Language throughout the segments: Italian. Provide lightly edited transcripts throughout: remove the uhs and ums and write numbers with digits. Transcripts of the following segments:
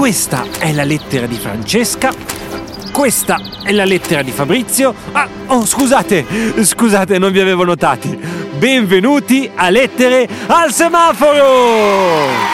Questa è la lettera di Francesca. Questa è la lettera di Fabrizio. Scusate, non vi avevo notati. Benvenuti a Lettere al Semaforo!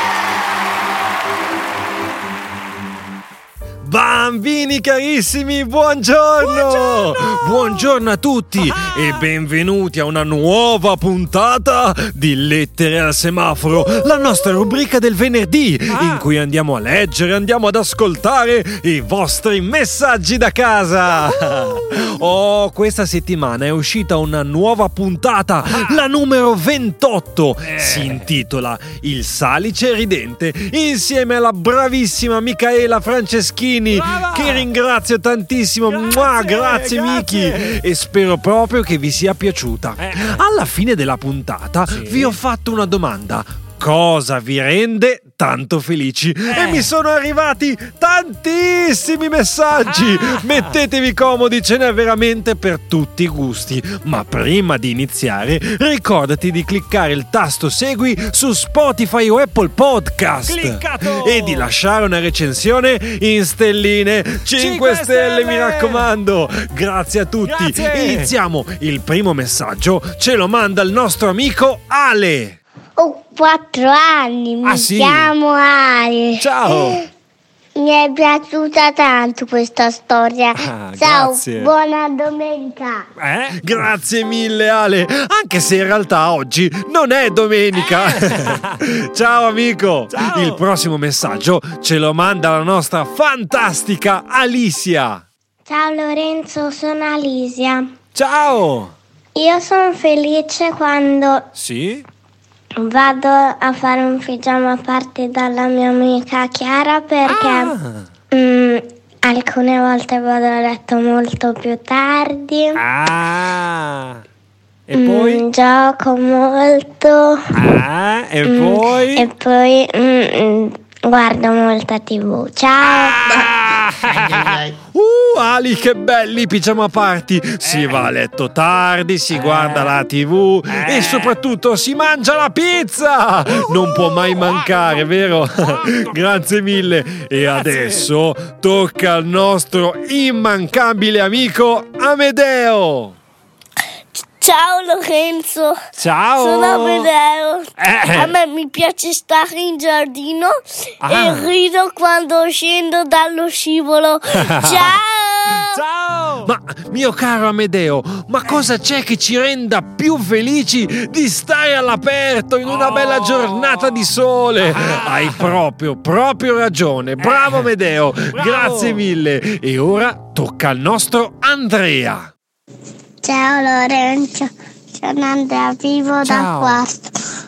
Bambini carissimi, buongiorno! Buongiorno a tutti e benvenuti a una nuova puntata di Lettere al Semaforo, la nostra rubrica del venerdì in cui andiamo a leggere, andiamo ad ascoltare i vostri messaggi da casa. Questa settimana è uscita una nuova puntata, la numero 28. Si intitola Il Salice Ridente, insieme alla bravissima Micaela Franceschini. Brava! Che ringrazio tantissimo. Grazie Miki. E spero proprio che vi sia piaciuta. Alla fine della puntata vi ho fatto una domanda: cosa vi rende tanto felici? E mi sono arrivati tantissimi messaggi. Mettetevi comodi, ce n'è veramente per tutti i gusti. Ma prima di iniziare, ricordati di cliccare il tasto segui su Spotify o Apple Podcast. Cliccato! E di lasciare una recensione in stelline. 5 stelle, mi raccomando. Grazie a tutti. Grazie. Iniziamo. Il primo messaggio ce lo manda il nostro amico Ale. Ho 4 anni, mi chiamo Ale. Ciao! Mi è piaciuta tanto questa storia. Ciao, grazie. Buona domenica. Grazie mille Ale, anche se in realtà oggi non è domenica. Ciao amico. Ciao. Il prossimo messaggio ce lo manda la nostra fantastica Alicia. Ciao Lorenzo, sono Alicia. Ciao. Io sono felice quando vado a fare un pigiama party dalla mia amica Chiara perché alcune volte vado a letto molto più tardi. E poi? Gioco molto. E poi? Guardo molta TV. Ciao. Ali, che belli pigiama party. Si va a letto tardi, si guarda la TV e soprattutto si mangia la pizza. Non può mai mancare, vero? Grazie mille. E adesso tocca al nostro immancabile amico Amedeo. Ciao Lorenzo. Ciao. Sono Amedeo. A me mi piace stare in giardino e rido quando scendo dallo scivolo. Ciao. Ma mio caro Amedeo, ma cosa c'è che ci renda più felici di stare all'aperto in una bella giornata di sole? Hai proprio ragione. Bravo Amedeo. Bravo. Grazie mille. E ora tocca al nostro Andrea. Ciao Lorenzo, sono Andrea, vivo da quarto.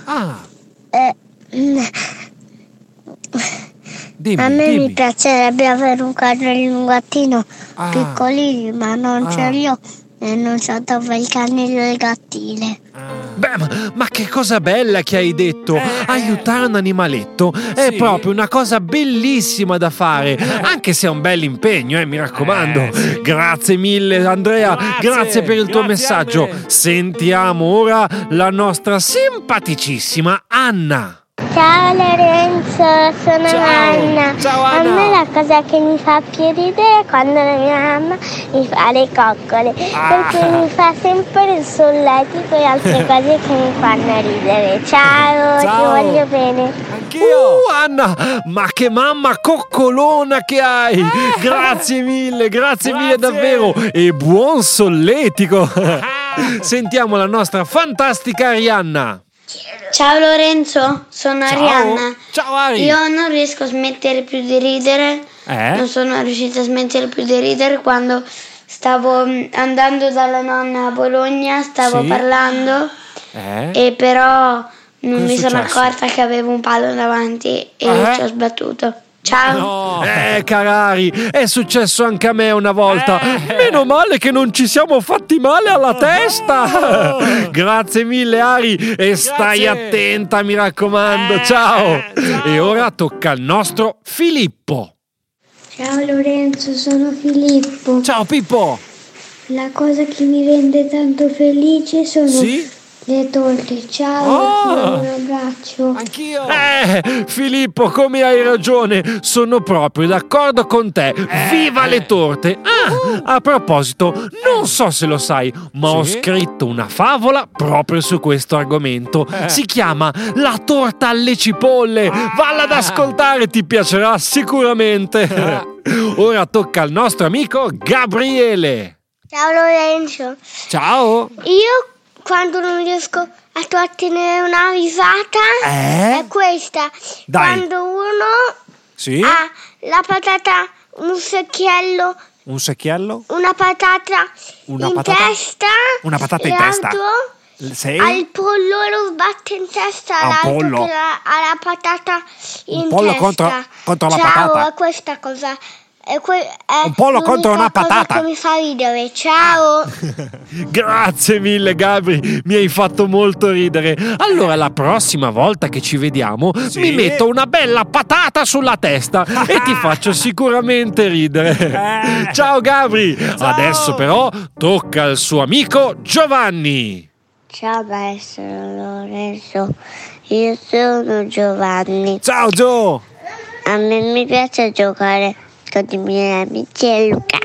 Dimmi. Mi piacerebbe avere un cagnolino, un gattino piccolino, ma non ce l'ho e non so dove è il cagnolino e il gattile. Ma che cosa bella che hai detto! Aiutare un animaletto è proprio una cosa bellissima da fare, anche se è un bel impegno, mi raccomando. Grazie mille Andrea, grazie per il tuo messaggio. Sentiamo ora la nostra simpaticissima Anna. Ciao Lorenzo, sono Anna. Ciao Anna. A me la cosa che mi fa più ridere è quando la mia mamma mi fa le coccole, perché mi fa sempre il solletico e altre cose che mi fanno ridere. Ciao, ti voglio bene. Anch'io. Anna, ma che mamma coccolona che hai. Grazie mille davvero. E buon solletico. Sentiamo la nostra fantastica Arianna. Ciao Lorenzo, sono Arianna. Ciao Ari. Io non riesco a smettere più di ridere. Non sono riuscita a smettere più di ridere quando stavo andando dalla nonna a Bologna, stavo parlando e però non mi sono accorta che avevo un palo davanti e ci ho sbattuto. Ciao. Carari, è successo anche a me una volta. Meno male che non ci siamo fatti male alla testa. Grazie mille Ari e stai attenta, mi raccomando. Ciao. E ora tocca al nostro Filippo. Ciao Lorenzo, sono Filippo. Ciao Pippo. La cosa che mi rende tanto felice sono le torte. Ciao, un abbraccio. Anch'io. Filippo, come hai ragione, sono proprio d'accordo con te. Viva le torte. A proposito, non so se lo sai, ma ho scritto una favola proprio su questo argomento. Si chiama La torta alle cipolle. Valla ad ascoltare, ti piacerà sicuramente. Ora tocca al nostro amico Gabriele. Ciao Lorenzo. Ciao. Io quando non riesco a trattenere una risata è questa. Dai. Quando uno ha la patata, un secchiello. Un secchiello? Una patata in testa. Una patata in e testa. Al pollo lo sbatte in testa, l'altro che ha la patata in testa. Un pollo contro la patata. Ciao, è questa cosa. È un pollo contro una patata. Che mi fa ridere. Ciao. Grazie mille Gabri, mi hai fatto molto ridere. Allora la prossima volta che ci vediamo mi metto una bella patata sulla testa e ti faccio sicuramente ridere. Ciao Gabri. Ciao. Adesso però tocca al suo amico Giovanni. Ciao maestro Lorenzo, io sono Giovanni. Ciao Gio. A me mi piace giocare con i miei amici e Luca.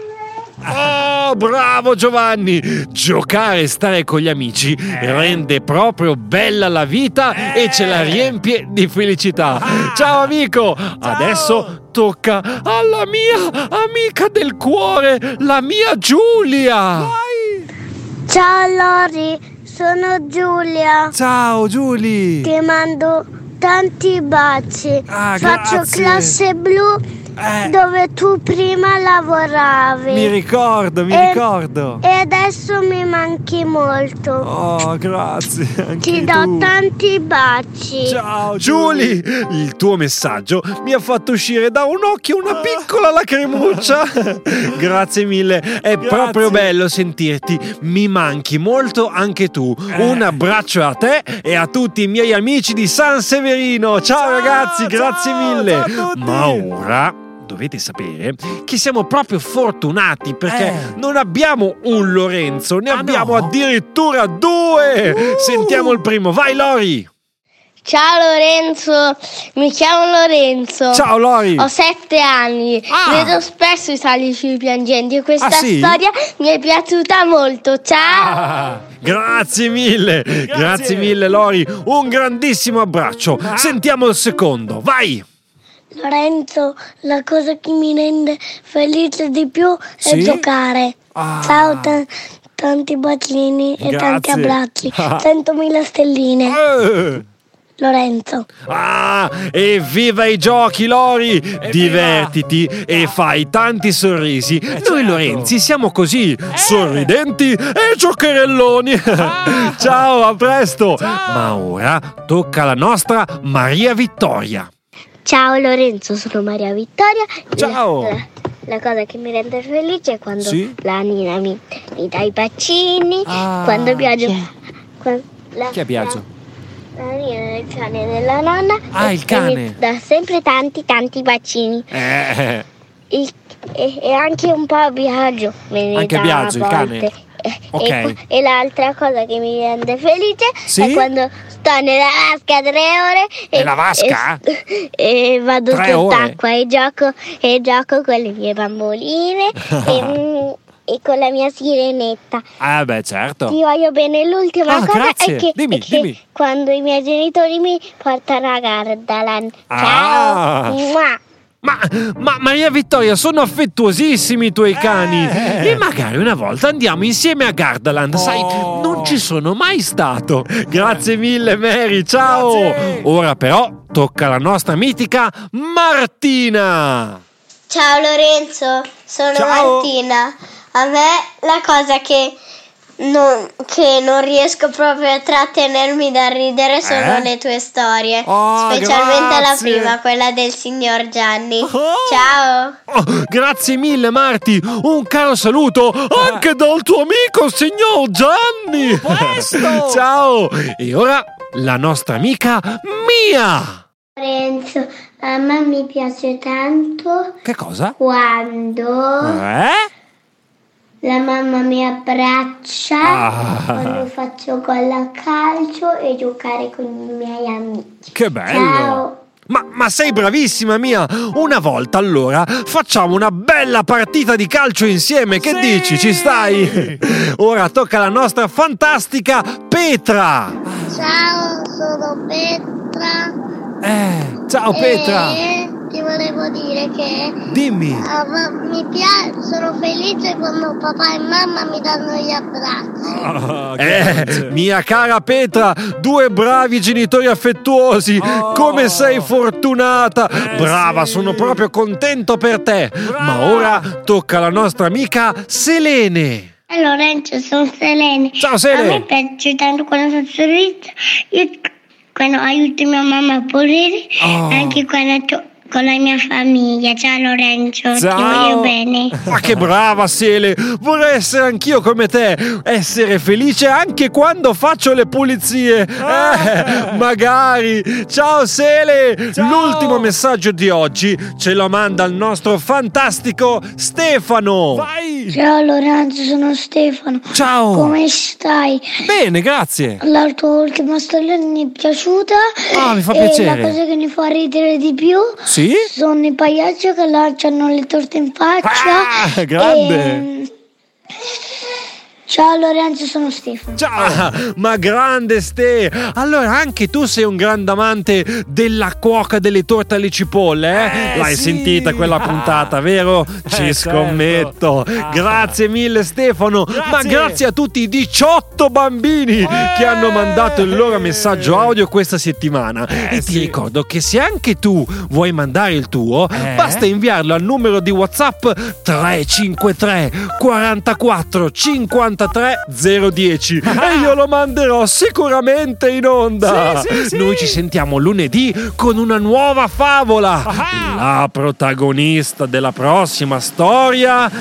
Oh, bravo Giovanni! Giocare e stare con gli amici rende proprio bella la vita e ce la riempie di felicità. Ciao amico! Ciao. Adesso tocca alla mia amica del cuore, la mia Giulia. Vai. Ciao Lori, sono Giulia. Ciao Giulia. Ti mando tanti baci. Faccio grazie. classe blu. Dove tu prima lavoravi. Mi ricordo. E adesso mi manchi molto. Oh, grazie. Ti do tanti baci. Ciao Giulia. Il tuo messaggio mi ha fatto uscire da un occhio una piccola lacrimuccia. Grazie mille. È proprio bello sentirti. Mi manchi molto anche tu. Un abbraccio a te e a tutti i miei amici di San Severino. Ciao ragazzi, grazie mille. Ma ora dovete sapere che siamo proprio fortunati perché non abbiamo un Lorenzo, ne abbiamo addirittura due. Sentiamo il primo, vai Lori. Ciao Lorenzo, mi chiamo Lorenzo. Ciao Lori. Ho 7 anni, vedo spesso i salici piangenti e questa storia mi è piaciuta molto. Ciao. Grazie mille, grazie mille Lori, un grandissimo abbraccio. Sentiamo il secondo, vai. Lorenzo, la cosa che mi rende felice di più è giocare. Ciao, tanti bacini e tanti abbracci. 100.000 stelline. Lorenzo. Evviva i giochi Lori! Divertiti e fai tanti sorrisi. Noi Lorenzi siamo così, sorridenti e giocherelloni. Ciao, a presto. Ciao. Ma ora tocca alla nostra Maria Vittoria. Ciao Lorenzo, sono Maria Vittoria. Ciao. La cosa che mi rende felice è quando la Nina mi dà i bacini, quando Biagio. Chi è Biagio? La Nina è il cane della nonna. Il cane. Mi dà sempre tanti bacini. E anche un po' Biagio me ne anche dà Biagio, il cane. E l'altra cosa che mi rende felice è quando sto nella vasca 3 ore nella vasca? E vado sott'acqua e gioco con le mie bamboline e con la mia sirenetta. Beh, certo. Ti voglio bene. L'ultima cosa grazie. è che, dimmi. Quando i miei genitori mi portano a Gardaland. Ciao. Ma Maria Vittoria, sono affettuosissimi i tuoi cani. E magari una volta andiamo insieme a Gardaland. Sai, non ci sono mai stato. Grazie mille Mary, ciao. Grazie. Ora però tocca alla nostra mitica Martina. Ciao Lorenzo, sono Martina. A me la cosa che non riesco proprio a trattenermi da ridere sono le tue storie, specialmente la prima, quella del signor Gianni. Ciao. Grazie mille Marti, un caro saluto anche dal tuo amico signor Gianni. Ciao. E ora la nostra amica Mia. Lorenzo, a me mi piace tanto. Che cosa? Quando la mamma mi abbraccia quando faccio gol a calcio e giocare con i miei amici. Che bello! Ciao! Ma sei bravissima Mia! Una volta allora facciamo una bella partita di calcio insieme, che dici? Ci stai? Ora tocca alla nostra fantastica Petra! Ciao, sono Petra. Ciao Petra! Ti volevo dire che dimmi. Sono felice quando papà e mamma mi danno gli abbracci. Mia cara Petra, 2 bravi genitori affettuosi. Come sei fortunata. Brava, sì. Sono proprio contento per te. Brava. Ma ora tocca alla nostra amica Selene. Lorenzo, sono Selene. Ciao Selene. A me piace tanto quando sono sorrisa. Io quando aiuto mia mamma a pulire, anche quando con la mia famiglia. Ciao Lorenzo, Ciao. ti voglio bene. Ma che brava Sele. Vorrei essere anch'io come te. Essere felice anche quando faccio le pulizie. Magari. Ciao Sele. Ciao. L'ultimo messaggio di oggi ce lo manda il nostro fantastico Stefano. Vai! Ciao Lorenzo, sono Stefano. Ciao. Come stai? Bene, grazie. La tua ultima storia mi è piaciuta. Mi fa e piacere. la cosa che mi fa ridere di più Sì? sono i pagliacci che lanciano le torte in faccia. Grande. Ciao Lorenzo, sono Stefano. Ciao. Ma grande Ste. Allora anche tu sei un grande amante della cuoca delle torte alle cipolle, L'hai sì. sentita quella puntata, vero? Ci scommetto. Grazie mille Stefano. Ma grazie a tutti i 18 bambini che hanno mandato il loro messaggio audio questa settimana. E ti ricordo che se anche tu vuoi mandare il tuo, basta inviarlo al numero di WhatsApp 353 44 53 010 e io lo manderò sicuramente in onda. Sì. Noi ci sentiamo lunedì con una nuova favola. La protagonista della prossima storia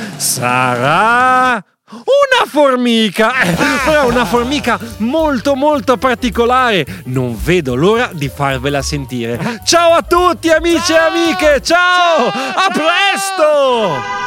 sarà una formica, però una formica molto molto particolare. Non vedo l'ora di farvela sentire. Ciao a tutti amici e amiche, ciao. A presto.